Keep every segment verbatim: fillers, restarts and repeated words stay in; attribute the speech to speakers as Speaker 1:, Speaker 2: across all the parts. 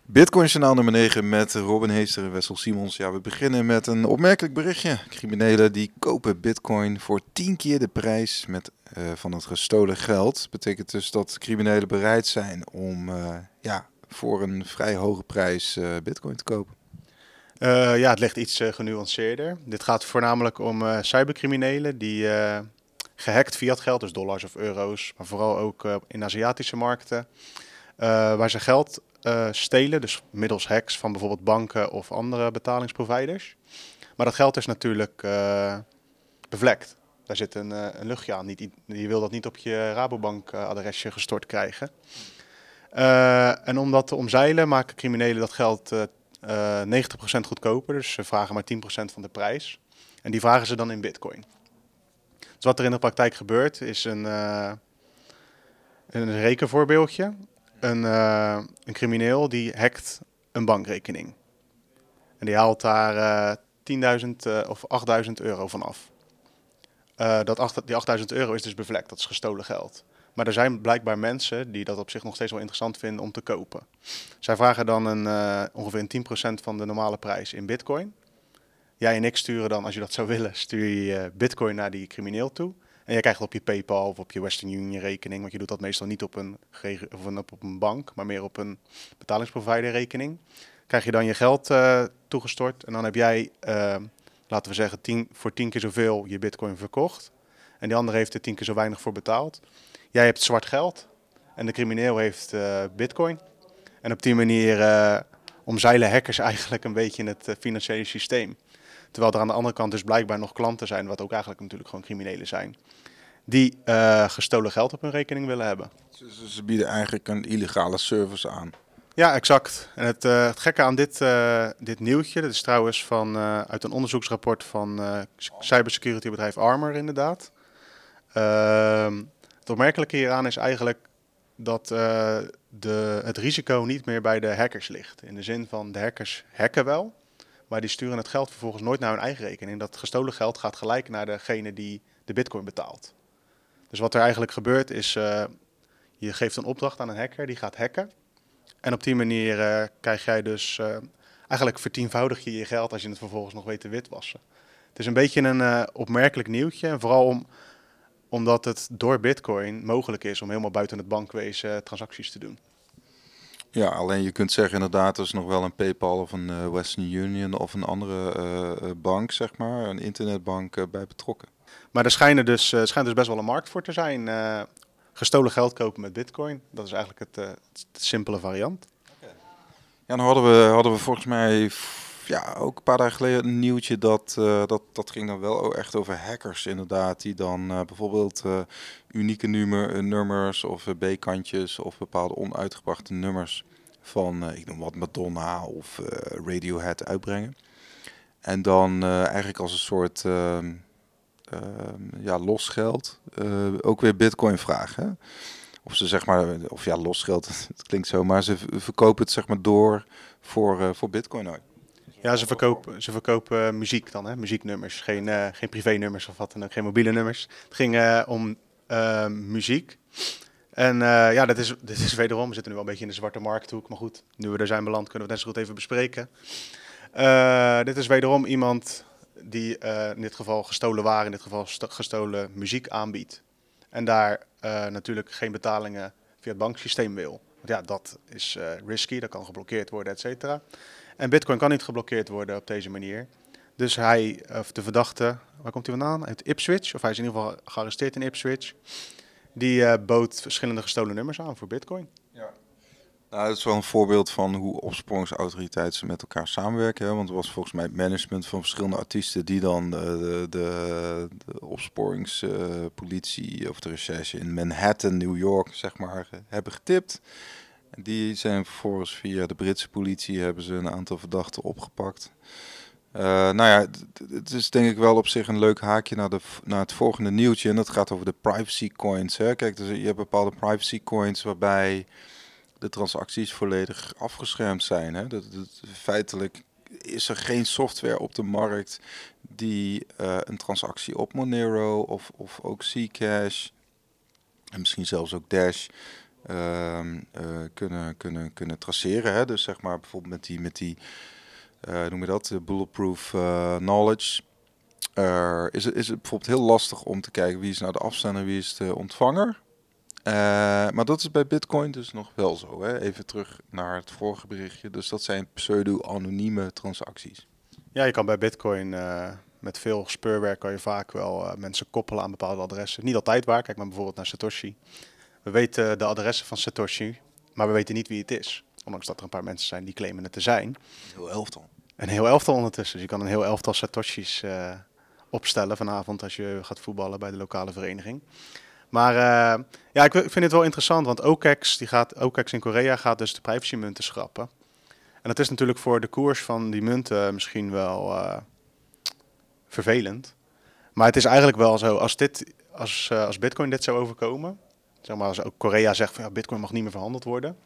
Speaker 1: Bitcoin Journaal nummer negen met Robin Heester en Wessel Simons. Ja, we beginnen met een opmerkelijk berichtje. Criminelen die kopen Bitcoin voor tien keer de prijs met, uh, van het gestolen geld. Betekent dus dat criminelen bereid zijn om uh, ja, voor een vrij hoge prijs uh, Bitcoin te kopen.
Speaker 2: Uh, ja, het ligt iets uh, genuanceerder. Dit gaat voornamelijk om uh, cybercriminelen die uh, gehackt fiat geld, dus dollars of euro's, maar vooral ook uh, in Aziatische markten, uh, waar ze geld uh, stelen, dus middels hacks van bijvoorbeeld banken of andere betalingsproviders. Maar dat geld is natuurlijk uh, bevlekt. Daar zit een, uh, een luchtje aan. Niet, je wil dat niet op je Rabobank-adresje gestort krijgen. Uh, en om dat te omzeilen maken criminelen dat geld uh, uh, negentig procent goedkoper. Dus ze vragen maar tien procent van de prijs. En die vragen ze dan in bitcoin. Dus wat er in de praktijk gebeurt is een, uh, een rekenvoorbeeldje. Een, uh, een crimineel die hackt een bankrekening. En die haalt daar uh, tienduizend uh, of achtduizend euro van af. Uh, dat acht, die achtduizend euro is dus bevlekt, dat is gestolen geld. Maar er zijn blijkbaar mensen die dat op zich nog steeds wel interessant vinden om te kopen. Zij vragen dan een, uh, ongeveer een tien procent van de normale prijs in bitcoin. Jij en ik sturen dan, als je dat zou willen, stuur je uh, bitcoin naar die crimineel toe. En jij krijgt het op je PayPal of op je Western Union rekening. Want je doet dat meestal niet op een, of een, op een bank, maar meer op een betalingsprovider rekening. Krijg je dan je geld uh, toegestort en dan heb jij, uh, laten we zeggen, tien, voor tien keer zoveel je bitcoin verkocht. En die andere heeft er tien keer zo weinig voor betaald. Jij hebt zwart geld en de crimineel heeft uh, bitcoin. En op die manier uh, omzeilen hackers eigenlijk een beetje in het uh, financiële systeem. Terwijl er aan de andere kant dus blijkbaar nog klanten zijn, wat ook eigenlijk natuurlijk gewoon criminelen zijn, die uh, gestolen geld op hun rekening willen hebben.
Speaker 1: Dus ze bieden eigenlijk een illegale service aan.
Speaker 2: Ja, exact. En het, uh, het gekke aan dit, uh, dit nieuwtje, dat is trouwens van, uh, uit een onderzoeksrapport van uh, cybersecurity bedrijf Armor inderdaad. Uh, het opmerkelijke hieraan is eigenlijk dat uh, de, het risico niet meer bij de hackers ligt. In de zin van de hackers hacken wel, maar die sturen het geld vervolgens nooit naar hun eigen rekening. Dat gestolen geld gaat gelijk naar degene die de bitcoin betaalt. Dus wat er eigenlijk gebeurt is, uh, je geeft een opdracht aan een hacker, die gaat hacken. En op die manier uh, krijg jij dus, uh, eigenlijk vertienvoudig je je geld als je het vervolgens nog weet te witwassen. Het is een beetje een uh, opmerkelijk nieuwtje. En vooral om, omdat het door bitcoin mogelijk is om helemaal buiten het bankwezen uh, transacties te doen.
Speaker 1: Ja, alleen je kunt zeggen inderdaad, er is nog wel een PayPal of een uh, Western Union of een andere uh, bank, zeg maar, een internetbank uh, bij betrokken.
Speaker 2: Maar er schijnen dus, uh, schijnt dus best wel een markt voor te zijn. Uh, gestolen geld kopen met bitcoin, dat is eigenlijk het, uh, het simpele variant.
Speaker 1: Ja, dan hadden we, hadden we volgens mij ja, ook een paar dagen geleden een nieuwtje dat, uh, dat, dat ging dan wel echt over hackers inderdaad. Die dan uh, bijvoorbeeld uh, unieke nummer, uh, nummers of uh, B-kantjes of bepaalde onuitgebrachte nummers van, uh, ik noem wat, Madonna of uh, Radiohead uitbrengen. En dan uh, eigenlijk als een soort uh, uh, ja, losgeld uh, ook weer bitcoin vragen. Of ze zeg maar, of ja, losgeld, het klinkt zo, maar ze verkopen het zeg maar door voor, uh, voor bitcoin uit.
Speaker 2: Ja, ze verkopen, ze verkopen uh, muziek dan, hè? Muzieknummers, geen, uh, geen privé-nummers of wat dan ook, geen mobiele nummers. Het ging uh, om uh, muziek. En uh, ja, dat is, dit is wederom, we zitten nu wel een beetje in de zwarte markthoek, maar goed, nu we er zijn beland kunnen we het net zo goed even bespreken. Uh, dit is wederom iemand die uh, in dit geval gestolen waren, in dit geval gestolen muziek aanbiedt. En daar uh, natuurlijk geen betalingen via het banksysteem wil. Want ja, dat is uh, risky, dat kan geblokkeerd worden, et cetera. En bitcoin kan niet geblokkeerd worden op deze manier. Dus hij, of de verdachte, waar komt hij vandaan? Uit Ipswich, of hij is in ieder geval gearresteerd in Ipswich. Die uh, bood verschillende gestolen nummers aan voor bitcoin.
Speaker 1: Ja. Nou, dat is wel een voorbeeld van hoe opsporingsautoriteiten met elkaar samenwerken. Hè? Want er was volgens mij het management van verschillende artiesten die dan de, de, de opsporingspolitie uh, of de recherche in Manhattan, New York, zeg maar, hebben getipt. En die zijn vervolgens via de Britse politie hebben ze een aantal verdachten opgepakt. Uh, nou ja, het is denk ik wel op zich een leuk haakje naar, de, naar het volgende nieuwtje. En dat gaat over de privacy coins. Hè? Kijk, dus je hebt bepaalde privacy coins waarbij de transacties volledig afgeschermd zijn. Hè? Dat, dat, feitelijk is er geen software op de markt die uh, een transactie op Monero of, of ook Zcash en misschien zelfs ook Dash ehm, eh, kunnen, kunnen, kunnen traceren. Hè? Dus zeg maar bijvoorbeeld met die, met die uh, noem je dat, de bulletproof uh, knowledge. Uh, is, het, is het bijvoorbeeld heel lastig om te kijken wie is nou de afzender, wie is de ontvanger. Uh, maar dat is bij Bitcoin dus nog wel zo. Hè? Even terug naar het vorige berichtje. Dus dat zijn pseudo-anonieme transacties.
Speaker 2: Ja, je kan bij Bitcoin uh, met veel speurwerk kan je vaak wel uh, mensen koppelen aan bepaalde adressen. Niet altijd waar. Kijk maar bijvoorbeeld naar Satoshi. We weten de adressen van Satoshi, maar we weten niet wie het is. Ondanks dat er een paar mensen zijn die claimen het te zijn.
Speaker 1: Een heel elftal.
Speaker 2: Een heel elftal ondertussen. Dus je kan een heel elftal Satoshis uh, opstellen vanavond als je gaat voetballen bij de lokale vereniging. Maar uh, ja, ik, ik vind het wel interessant, want O K E X, die gaat, O K E X in Korea gaat dus de privacymunten schrappen. En dat is natuurlijk voor de koers van die munten misschien wel uh, vervelend. Maar het is eigenlijk wel zo, als, dit, als, uh, als Bitcoin dit zou overkomen, zeg maar als ook Korea zegt van ja, Bitcoin mag niet meer verhandeld worden,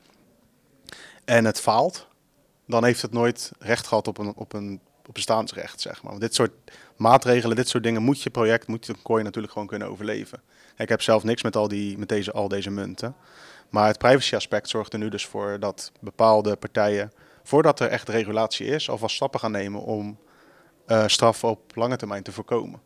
Speaker 2: en het faalt, dan heeft het nooit recht gehad op een, op een op bestaansrecht, zeg maar. Want dit soort maatregelen, dit soort dingen, moet je project, moet je coin natuurlijk gewoon kunnen overleven. Ik heb zelf niks met al, die, met deze, al deze munten. Maar het privacy aspect zorgt er nu dus voor dat bepaalde partijen, voordat er echt regulatie is, alvast stappen gaan nemen om uh, straffen op lange termijn te voorkomen.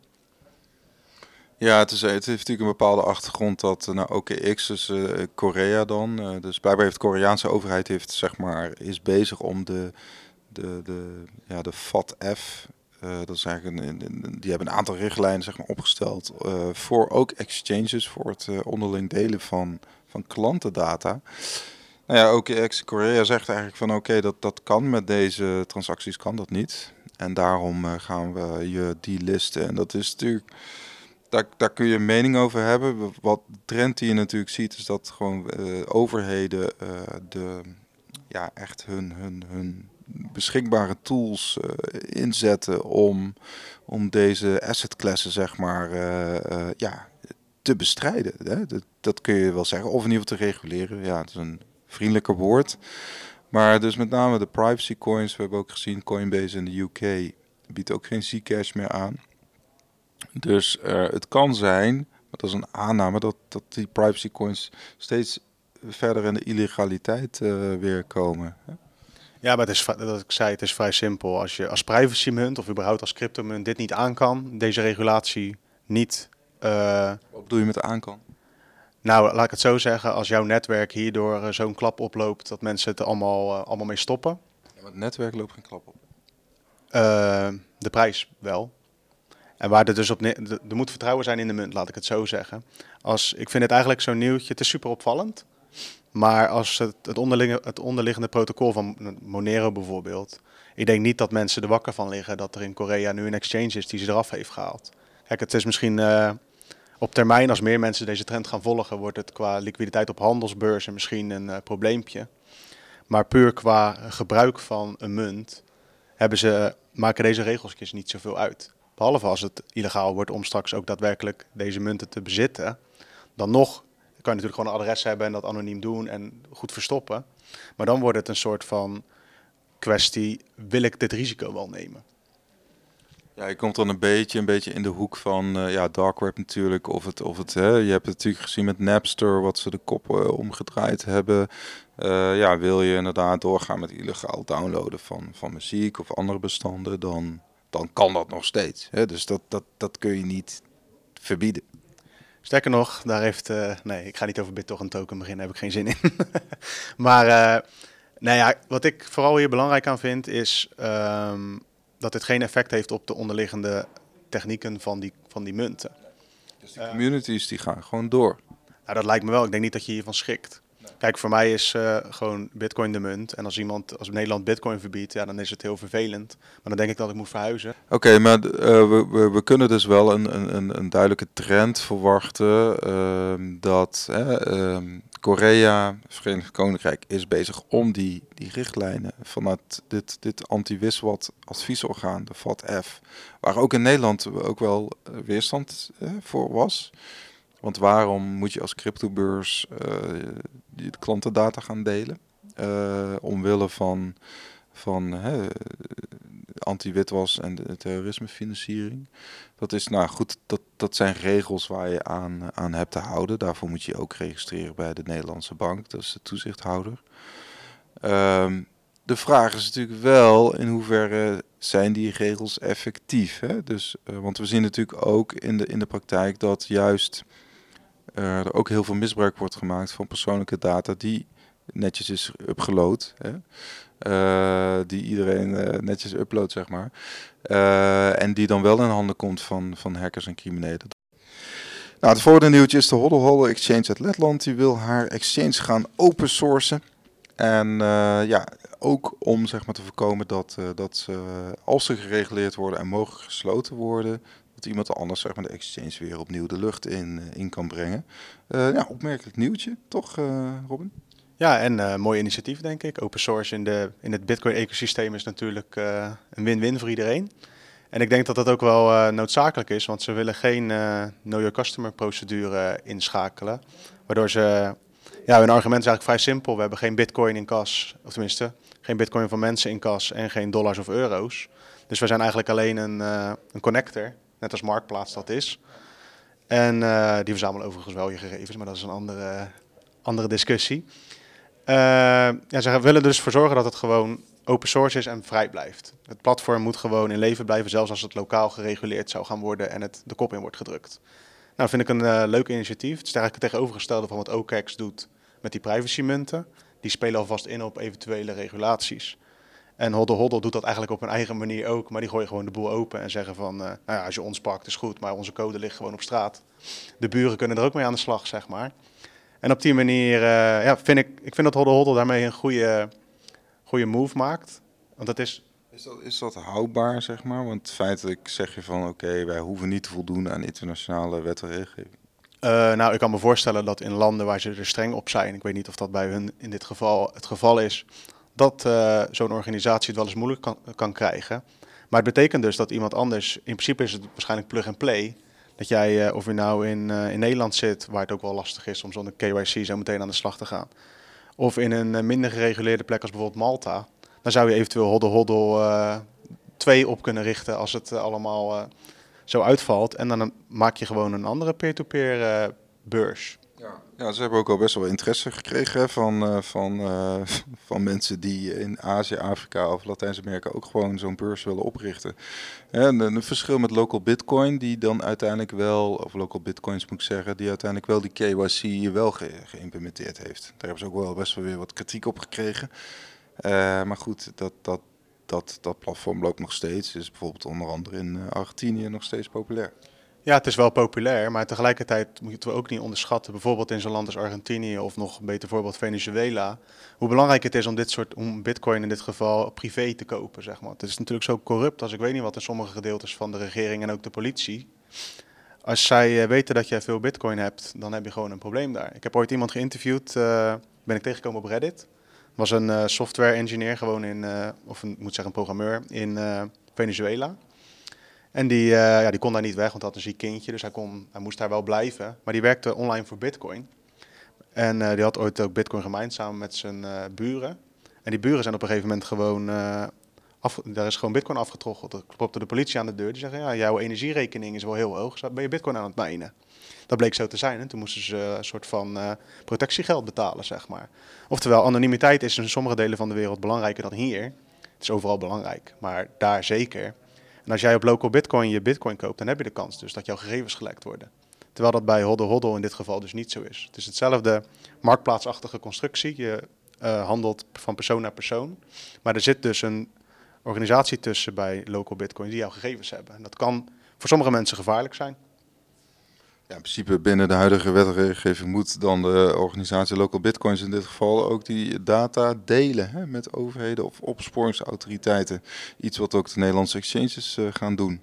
Speaker 1: Ja, het, is, het heeft natuurlijk een bepaalde achtergrond dat nou, O K X, dus uh, Korea dan, uh, dus blijkbaar heeft de Koreaanse overheid heeft, zeg maar, is bezig om de, de, de, ja, de F A T F, uh, dat is eigenlijk een, een, die hebben een aantal richtlijnen, zeg maar, opgesteld uh, voor ook exchanges, voor het uh, onderling delen van, van klantendata. Nou ja, O K X Korea zegt eigenlijk van oké, okay, dat, dat kan met deze transacties, kan dat niet. En daarom uh, gaan we je delisten. En dat is natuurlijk, daar, daar kun je een mening over hebben. Wat de trend die je natuurlijk ziet, is dat gewoon uh, overheden uh, de, ja, echt hun, hun, hun beschikbare tools uh, inzetten om, om deze asset klassen, zeg maar, uh, uh, ja, te bestrijden. Hè? Dat, dat kun je wel zeggen. Of in ieder geval te reguleren. Ja, het is een vriendelijker woord. Maar dus met name de privacy coins. We hebben ook gezien Coinbase in de U K biedt ook geen Zcash meer aan. Dus uh, het kan zijn, maar dat is een aanname, dat, dat die privacy coins steeds verder in de illegaliteit uh, weer komen.
Speaker 2: Ja, maar het is, dat ik zei, het is vrij simpel. Als je als privacymunt of überhaupt als cryptomunt dit niet aan kan, deze regulatie niet... Uh,
Speaker 1: Wat bedoel je met aan kan?
Speaker 2: Nou, laat ik het zo zeggen. Als jouw netwerk hierdoor uh, zo'n klap oploopt dat mensen het allemaal, uh, allemaal mee stoppen.
Speaker 1: Ja, maar het netwerk loopt geen klap op.
Speaker 2: Uh, de prijs wel. En waar er dus op... Ne- er moet vertrouwen zijn in de munt, laat ik het zo zeggen. Als, ik vind het eigenlijk zo'n nieuwtje. Het is super opvallend. Maar als het, het, onderliggende, het onderliggende protocol van Monero bijvoorbeeld... Ik denk niet dat mensen er wakker van liggen dat er in Korea nu een exchange is die ze eraf heeft gehaald. Kijk, het is misschien... Uh, Op termijn, als meer mensen deze trend gaan volgen, wordt het qua liquiditeit op handelsbeurzen misschien een uh, probleempje. Maar puur qua gebruik van een munt hebben ze, maken deze regels niet zoveel uit. Behalve als het illegaal wordt om straks ook daadwerkelijk deze munten te bezitten. Dan nog kan je natuurlijk gewoon een adres hebben en dat anoniem doen en goed verstoppen. Maar dan wordt het een soort van kwestie, wil ik dit risico wel nemen?
Speaker 1: Ja, je komt dan een beetje, een beetje in de hoek van uh, ja, dark web natuurlijk. Of het, of het, hè, je hebt het natuurlijk gezien met Napster, wat ze de kop uh, omgedraaid hebben. Uh, ja, wil je inderdaad doorgaan met illegaal downloaden van, van muziek of andere bestanden, dan, dan kan dat nog steeds. Hè? Dus dat, dat, dat kun je niet verbieden.
Speaker 2: Sterker nog, daar heeft... Uh, nee, ik ga niet over BitTorrent token beginnen, daar heb ik geen zin in. maar uh, nou ja, wat ik vooral hier belangrijk aan vind, is... Um, dat dit geen effect heeft op de onderliggende technieken van die, van die munten.
Speaker 1: Dus die communities die gaan gewoon door.
Speaker 2: Nou, dat lijkt me wel. Ik denk niet dat je hiervan schrikt. Nee. Kijk, voor mij is uh, gewoon Bitcoin de munt. En als iemand als Nederland Bitcoin verbiedt, ja, dan is het heel vervelend. Maar dan denk ik dat ik moet verhuizen.
Speaker 1: Oké, okay, maar uh, we, we, we kunnen dus wel een, een, een duidelijke trend verwachten uh, dat uh, uh, Korea, Verenigd Koninkrijk, is bezig om die, die richtlijnen vanuit dit, dit anti-wiswat adviesorgaan, de F A T F, waar ook in Nederland ook wel uh, weerstand uh, voor was. Want waarom moet je als cryptobeurs uh, de klantendata gaan delen? Uh, omwille van, van uh, anti-witwas en de terrorismefinanciering. Dat is, nou goed, dat, dat zijn regels waar je aan, aan hebt te houden. Daarvoor moet je je ook registreren bij de Nederlandse bank, dat is de toezichthouder. Um, de vraag is natuurlijk wel in hoeverre zijn die regels effectief. Hè? Dus, uh, want we zien natuurlijk ook in de, in de praktijk dat juist uh, er ook heel veel misbruik wordt gemaakt van persoonlijke data die netjes is upgeload. Hè? Uh, die iedereen uh, netjes uploadt, zeg maar. Uh, en die dan wel in handen komt van, van hackers en criminelen. Nou, het volgende nieuwtje is de Hodl Hodl Exchange uit Letland. Die wil haar exchange gaan open sourcen. En uh, ja, ook om zeg maar te voorkomen dat, uh, dat uh, als ze gereguleerd worden en mogen gesloten worden, dat iemand anders zeg maar de exchange weer opnieuw de lucht in, uh, in kan brengen. Uh, ja, opmerkelijk nieuwtje, toch uh, Robin?
Speaker 2: Ja, en uh, mooi initiatief denk ik. Open source in, de, in het Bitcoin-ecosysteem is natuurlijk uh, een win-win voor iedereen. En ik denk dat dat ook wel uh, noodzakelijk is, want ze willen geen uh, know your customer procedure inschakelen. Waardoor ze, ja, hun argument is eigenlijk vrij simpel. We hebben geen bitcoin in kas, of tenminste, geen bitcoin van mensen in kas en geen dollars of euro's. Dus we zijn eigenlijk alleen een, uh, een connector, net als Marktplaats dat is. En uh, die verzamelen overigens wel je gegevens, maar dat is een andere, andere discussie. Uh, ja, ze willen dus ervoor zorgen dat het gewoon open source is en vrij blijft. Het platform moet gewoon in leven blijven, zelfs als het lokaal gereguleerd zou gaan worden en het de kop in wordt gedrukt. Nou, vind ik een uh, leuk initiatief. Het is eigenlijk het tegenovergestelde van wat O K E X doet met die privacymunten. Die spelen alvast in op eventuele regulaties. En Hodl Hodl doet dat eigenlijk op hun eigen manier ook, maar die gooien gewoon de boel open en zeggen van, uh, nou ja, als je ons pakt is goed, maar onze code ligt gewoon op straat. De buren kunnen er ook mee aan de slag, zeg maar. En op die manier uh, ja, vind ik, ik vind dat Hodl Hodl daarmee een goede, goede move maakt. Want dat is...
Speaker 1: Is dat, is dat houdbaar, zeg maar? Want feitelijk zeg je van, oké, okay, wij hoeven niet te voldoen aan internationale wet en regelgeving.
Speaker 2: Uh, nou, ik kan me voorstellen dat in landen waar ze er streng op zijn, ik weet niet of dat bij hun in dit geval het geval is, dat uh, zo'n organisatie het wel eens moeilijk kan, kan krijgen. Maar het betekent dus dat iemand anders, in principe is het waarschijnlijk plug and play, dat jij, uh, of je nou in, uh, in Nederland zit, waar het ook wel lastig is om zonder K Y C zo meteen aan de slag te gaan, of in een uh, minder gereguleerde plek als bijvoorbeeld Malta, dan zou je eventueel Hodl Hodl uh, twee op kunnen richten als het uh, allemaal uh, zo uitvalt. En dan maak je gewoon een andere peer-to-peer uh, beurs.
Speaker 1: Ja. ja, ze hebben ook al best wel interesse gekregen van, uh, van, uh, van mensen die in Azië, Afrika of Latijns-Amerika ook gewoon zo'n beurs willen oprichten. En een verschil met local bitcoin, die dan uiteindelijk wel, of local bitcoins moet ik zeggen, die uiteindelijk wel die K Y C wel ge- geïmplementeerd heeft. Daar hebben ze ook wel best wel weer wat kritiek op gekregen. Uh, maar goed, dat, dat, dat, dat platform loopt nog steeds. Is bijvoorbeeld onder andere in Argentinië nog steeds populair.
Speaker 2: Ja, het is wel populair, maar tegelijkertijd moeten we ook niet onderschatten, bijvoorbeeld in zo'n land als Argentinië of nog een beter voorbeeld Venezuela, hoe belangrijk het is om dit soort, om bitcoin in dit geval privé te kopen, zeg maar. Het is natuurlijk zo corrupt als ik weet niet wat in sommige gedeeltes van de regering en ook de politie. Als zij weten dat jij veel bitcoin hebt, dan heb je gewoon een probleem daar. Ik heb ooit iemand geïnterviewd, uh, ben ik tegengekomen op Reddit. Was een uh, software engineer gewoon in, uh, of een, moet zeggen een programmeur in uh, Venezuela. En die, uh, ja, die kon daar niet weg, want hij had een ziek kindje, dus hij, kon, hij moest daar wel blijven. Maar die werkte online voor Bitcoin. En uh, die had ooit ook Bitcoin gemined samen met zijn uh, buren. En die buren zijn op een gegeven moment gewoon, uh, af, daar is gewoon Bitcoin afgetroggeld. Er klopte de politie aan de deur, die zeggen, ja, jouw energierekening is wel heel hoog, ben je Bitcoin aan het minen? Dat bleek zo te zijn en toen moesten ze uh, een soort van uh, protectiegeld betalen, zeg maar. Oftewel, anonimiteit is in sommige delen van de wereld belangrijker dan hier. Het is overal belangrijk, maar daar zeker. En als jij op local bitcoin je bitcoin koopt, dan heb je de kans dus dat jouw gegevens gelekt worden. Terwijl dat bij Hodl Hodl in dit geval dus niet zo is. Het is hetzelfde marktplaatsachtige constructie. Je uh, handelt van persoon naar persoon. Maar er zit dus een organisatie tussen bij local bitcoin die jouw gegevens hebben. En dat kan voor sommige mensen gevaarlijk zijn.
Speaker 1: Ja, in principe binnen de huidige wet en regelgeving moet dan de organisatie Local Bitcoins in dit geval ook die data delen, hè, met overheden of opsporingsautoriteiten. Iets wat ook de Nederlandse exchanges uh, gaan doen.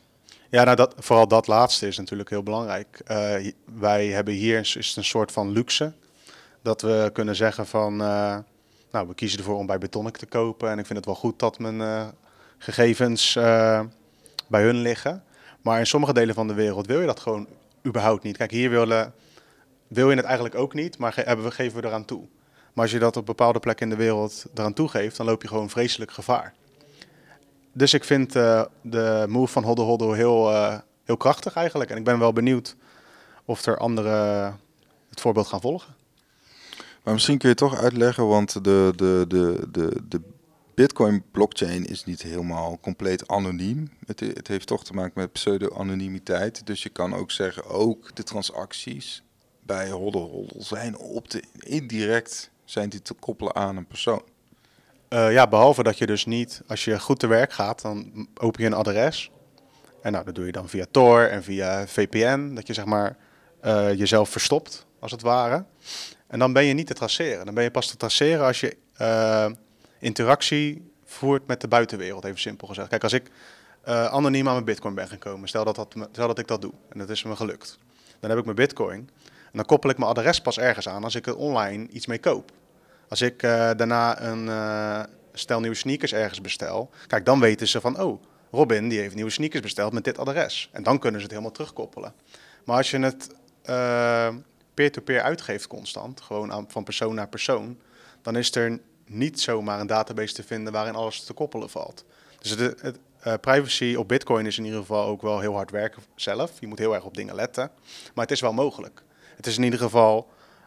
Speaker 2: Ja, nou dat, vooral dat laatste is natuurlijk heel belangrijk. Uh, wij hebben hier is het een soort van luxe dat we kunnen zeggen van, uh, nou we kiezen ervoor om bij Bitonic te kopen en ik vind het wel goed dat mijn uh, gegevens uh, bij hun liggen. Maar in sommige delen van de wereld wil je dat gewoon überhaupt niet. Kijk, hier willen, wil je het eigenlijk ook niet, maar ge- hebben we, geven we eraan toe. Maar als je dat op bepaalde plekken in de wereld eraan toegeeft, dan loop je gewoon vreselijk gevaar. dus ik vind uh, de move van Hodl Hodl heel, uh, heel krachtig eigenlijk. En ik ben wel benieuwd of er anderen het voorbeeld gaan volgen.
Speaker 1: Maar misschien kun je toch uitleggen, want de, de, de, de, de Bitcoin-blockchain is niet helemaal compleet anoniem. Het, het heeft toch te maken met pseudo-anonimiteit. Dus je kan ook zeggen, ook de transacties bij Hodl Hodl zijn op de indirect zijn die te koppelen aan een persoon.
Speaker 2: Uh, ja, behalve dat je dus niet, als je goed te werk gaat, dan open je een adres. En nou, dat doe je dan via Tor en via V P N, dat je zeg maar uh, jezelf verstopt, als het ware. En dan ben je niet te traceren. Dan ben je pas te traceren als je uh, interactie voert met de buitenwereld, even simpel gezegd. Kijk, als ik uh, anoniem aan mijn bitcoin ben gekomen, stel dat, dat, stel dat ik dat doe, en dat is me gelukt. Dan heb ik mijn bitcoin en dan koppel ik mijn adres pas ergens aan als ik er online iets mee koop. Als ik uh, daarna een uh, stel nieuwe sneakers ergens bestel, kijk, dan weten ze van, oh, Robin die heeft nieuwe sneakers besteld met dit adres. En dan kunnen ze het helemaal terugkoppelen. Maar als je het uh, peer-to-peer uitgeeft constant, gewoon aan, van persoon naar persoon, dan is er niet zomaar een database te vinden waarin alles te koppelen valt. Dus het, het, uh, privacy op Bitcoin is in ieder geval ook wel heel hard werken zelf. Je moet heel erg op dingen letten. Maar het is wel mogelijk. Het is in ieder geval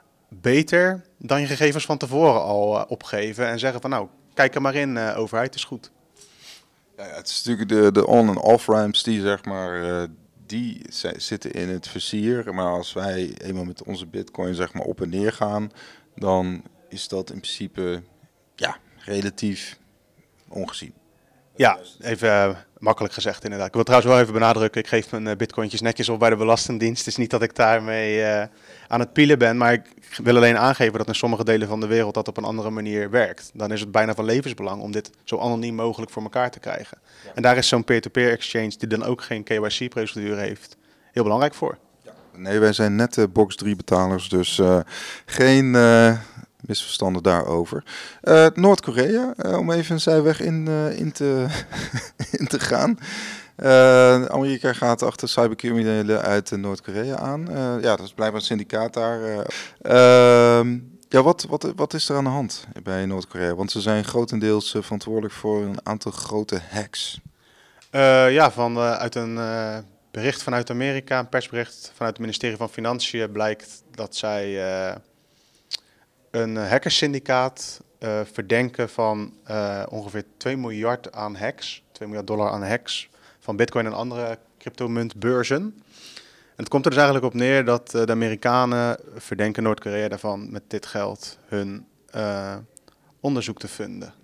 Speaker 2: beter dan je gegevens van tevoren al uh, opgeven en zeggen van nou, kijk er maar in, uh, overheid, is goed.
Speaker 1: Ja, het is natuurlijk de, de on- en off-ramps die zeg maar, uh, die z- zitten in het versier. Maar als wij eenmaal met onze bitcoin zeg maar op en neer gaan, dan is dat in principe ja, relatief ongezien.
Speaker 2: Ja, even uh, makkelijk gezegd inderdaad. Ik wil trouwens wel even benadrukken, ik geef mijn uh, bitcointjes netjes op bij de Belastingdienst. Het is niet dat ik daarmee uh, aan het pielen ben, maar ik wil alleen aangeven dat in sommige delen van de wereld dat op een andere manier werkt. Dan is het bijna van levensbelang om dit zo anoniem mogelijk voor elkaar te krijgen. Ja. En daar is zo'n peer-to-peer exchange die dan ook geen K Y C-procedure heeft, heel belangrijk voor.
Speaker 1: Ja. Nee, wij zijn net uh, box drie betalers, dus uh, geen... Uh... misverstanden daarover. Uh, Noord-Korea, uh, om even een zijweg in, uh, in, te, in te gaan. Uh, Amerika gaat achter cybercriminelen uit uh, Noord-Korea aan. Uh, ja, dat is blijkbaar een syndicaat daar. Uh, uh, ja, wat, wat, wat is er aan de hand bij Noord-Korea? Want ze zijn grotendeels uh, verantwoordelijk voor een aantal grote hacks.
Speaker 2: Uh, ja, van, uh, uit een uh, bericht vanuit Amerika, een persbericht vanuit het ministerie van Financiën, blijkt dat zij... Uh, een hackerssyndicaat uh, verdenken van uh, ongeveer twee miljard aan hacks, twee miljard dollar aan hacks van Bitcoin en andere cryptomuntbeurzen. En het komt er dus eigenlijk op neer dat uh, de Amerikanen verdenken Noord-Korea daarvan met dit geld hun uh, onderzoek te vinden.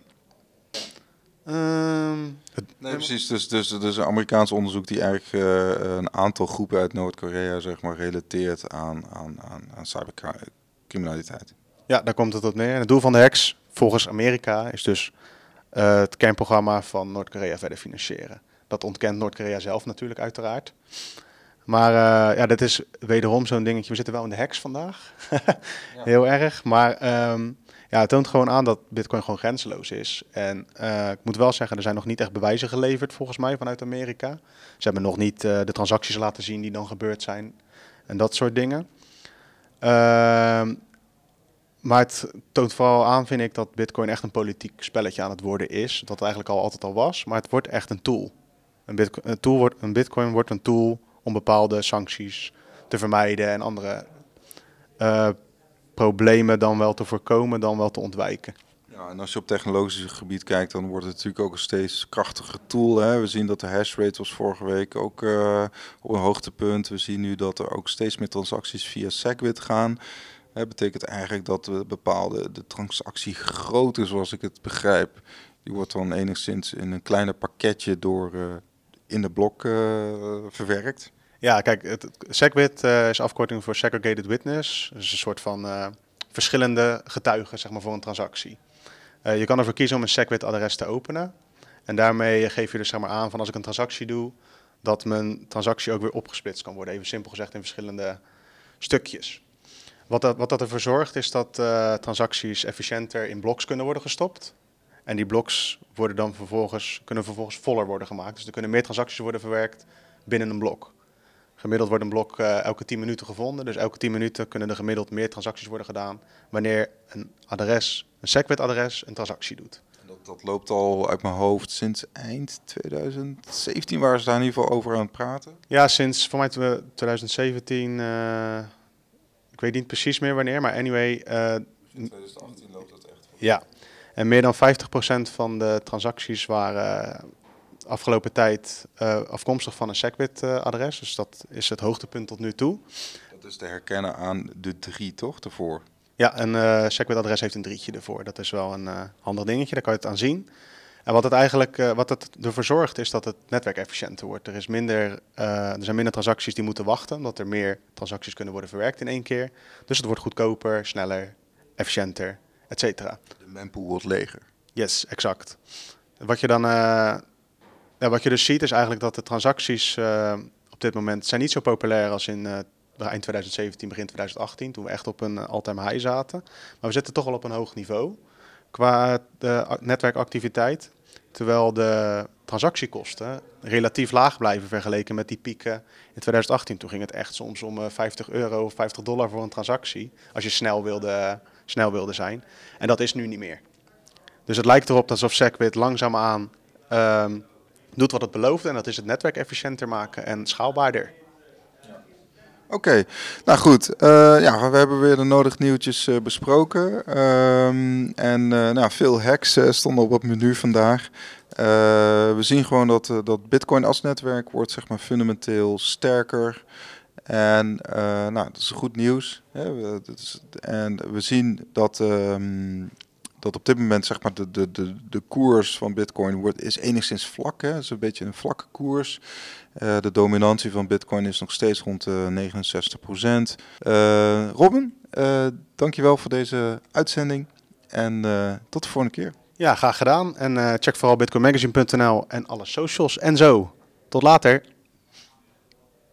Speaker 1: Um, nee, precies. Dus, dus, dus een Amerikaans onderzoek die eigenlijk uh, een aantal groepen uit Noord-Korea zeg maar relateert aan, aan, aan, aan cybercriminaliteit.
Speaker 2: Ja, daar komt het op neer. En het doel van de hacks, volgens Amerika, is dus uh, het kernprogramma van Noord-Korea verder financieren. Dat ontkent Noord-Korea zelf natuurlijk uiteraard. Maar uh, ja, dat is wederom zo'n dingetje. We zitten wel in de hacks vandaag. Ja. Heel erg. Maar um, ja, het toont gewoon aan dat Bitcoin gewoon grenzeloos is. En uh, ik moet wel zeggen, er zijn nog niet echt bewijzen geleverd volgens mij vanuit Amerika. Ze hebben nog niet uh, de transacties laten zien die dan gebeurd zijn. En dat soort dingen. Uh, Maar het toont vooral aan, vind ik, dat Bitcoin echt een politiek spelletje aan het worden is. Dat het eigenlijk al altijd al was, maar het wordt echt een tool. Een, Bitcoin, een, tool wordt, een Bitcoin wordt een tool om bepaalde sancties te vermijden en andere uh, problemen dan wel te voorkomen, dan wel te ontwijken.
Speaker 1: Ja, en als je op technologisch gebied kijkt, dan wordt het natuurlijk ook een steeds krachtiger tool. Hè? We zien dat de hashrate was vorige week ook uh, op een hoogtepunt. We zien nu dat er ook steeds meer transacties via SegWit gaan. Dat betekent eigenlijk dat we bepaalde de transactiegrootte, zoals ik het begrijp, die wordt dan enigszins in een kleiner pakketje door uh, in de blok uh, verwerkt.
Speaker 2: Ja, kijk, het, het SegWit uh, is afkorting voor Segregated Witness. Dus een soort van uh, verschillende getuigen, zeg maar, voor een transactie. Uh, je kan ervoor kiezen om een SegWit-adres te openen. En daarmee geef je dus zeg maar aan van als ik een transactie doe, dat mijn transactie ook weer opgesplitst kan worden. Even simpel gezegd in verschillende stukjes. Wat dat, wat dat ervoor zorgt is dat uh, transacties efficiënter in bloks kunnen worden gestopt. En die bloks worden dan vervolgens, kunnen vervolgens voller worden gemaakt. Dus er kunnen meer transacties worden verwerkt binnen een blok. Gemiddeld wordt een blok uh, elke tien minuten gevonden. Dus elke tien minuten kunnen er gemiddeld meer transacties worden gedaan wanneer een adres, een SegWit-adres, een transactie doet.
Speaker 1: En dat Dat, dat loopt al uit mijn hoofd sinds eind twintig zeventien, waren ze daar in ieder geval over aan het praten.
Speaker 2: Ja, sinds voor mij twintig zeventien, uh, ik weet niet precies meer wanneer, maar anyway. Uh,
Speaker 1: in twintig achttien loopt dat echt.
Speaker 2: Ja, en meer dan vijftig procent van de transacties waren uh, afgelopen tijd uh, afkomstig van een SegWit-adres. Uh, dus dat is het hoogtepunt tot nu toe.
Speaker 1: Dat is te herkennen aan de drie, toch, ervoor?
Speaker 2: Ja, een uh, SegWit-adres heeft een drietje ervoor. Dat is wel een uh, handig dingetje, daar kan je het aan zien. En wat het eigenlijk uh, wat het ervoor zorgt, is dat het netwerk efficiënter wordt. Er, is minder, uh, er zijn minder transacties die moeten wachten, omdat er meer transacties kunnen worden verwerkt in één keer. Dus het wordt goedkoper, sneller, efficiënter, et cetera.
Speaker 1: De mempool wordt leger.
Speaker 2: Yes, exact. Wat je dan, uh, ja, wat je dus ziet is eigenlijk dat de transacties uh, op dit moment zijn niet zo populair als in uh, eind twintig zeventien, begin twintig achttien, toen we echt op een uh, all-time high zaten. Maar we zitten toch wel op een hoog niveau qua de netwerkactiviteit, terwijl de transactiekosten relatief laag blijven vergeleken met die pieken in twintig achttien. Toen ging het echt soms om uh, vijftig euro of vijftig dollar voor een transactie, als je snel wilde, snel wilde zijn. En dat is nu niet meer. Dus het lijkt erop alsof SegWit langzaamaan um, doet wat het beloofde. En dat is het netwerk efficiënter maken en schaalbaarder.
Speaker 1: Oké, okay. Nou goed. Uh, ja, we hebben weer de nodige nieuwtjes uh, besproken. Um, en uh, nou, veel hacks uh, stonden op het menu vandaag. Uh, we zien gewoon dat, uh, dat Bitcoin als netwerk wordt, zeg maar, fundamenteel sterker. En uh, nou, dat is goed nieuws. Hè? Dat is, en we zien dat... Um, dat op dit moment, zeg maar, de, de, de, de koers van Bitcoin wordt, is enigszins vlak. Het is een beetje een vlakke koers. Uh, de dominantie van Bitcoin is nog steeds rond de negenenzestig procent. Uh, Robin, uh, dankjewel voor deze uitzending. En uh, tot de volgende keer.
Speaker 2: Ja, graag gedaan. En uh, check vooral bitcoin magazine punt n l en alle socials en zo. Tot later.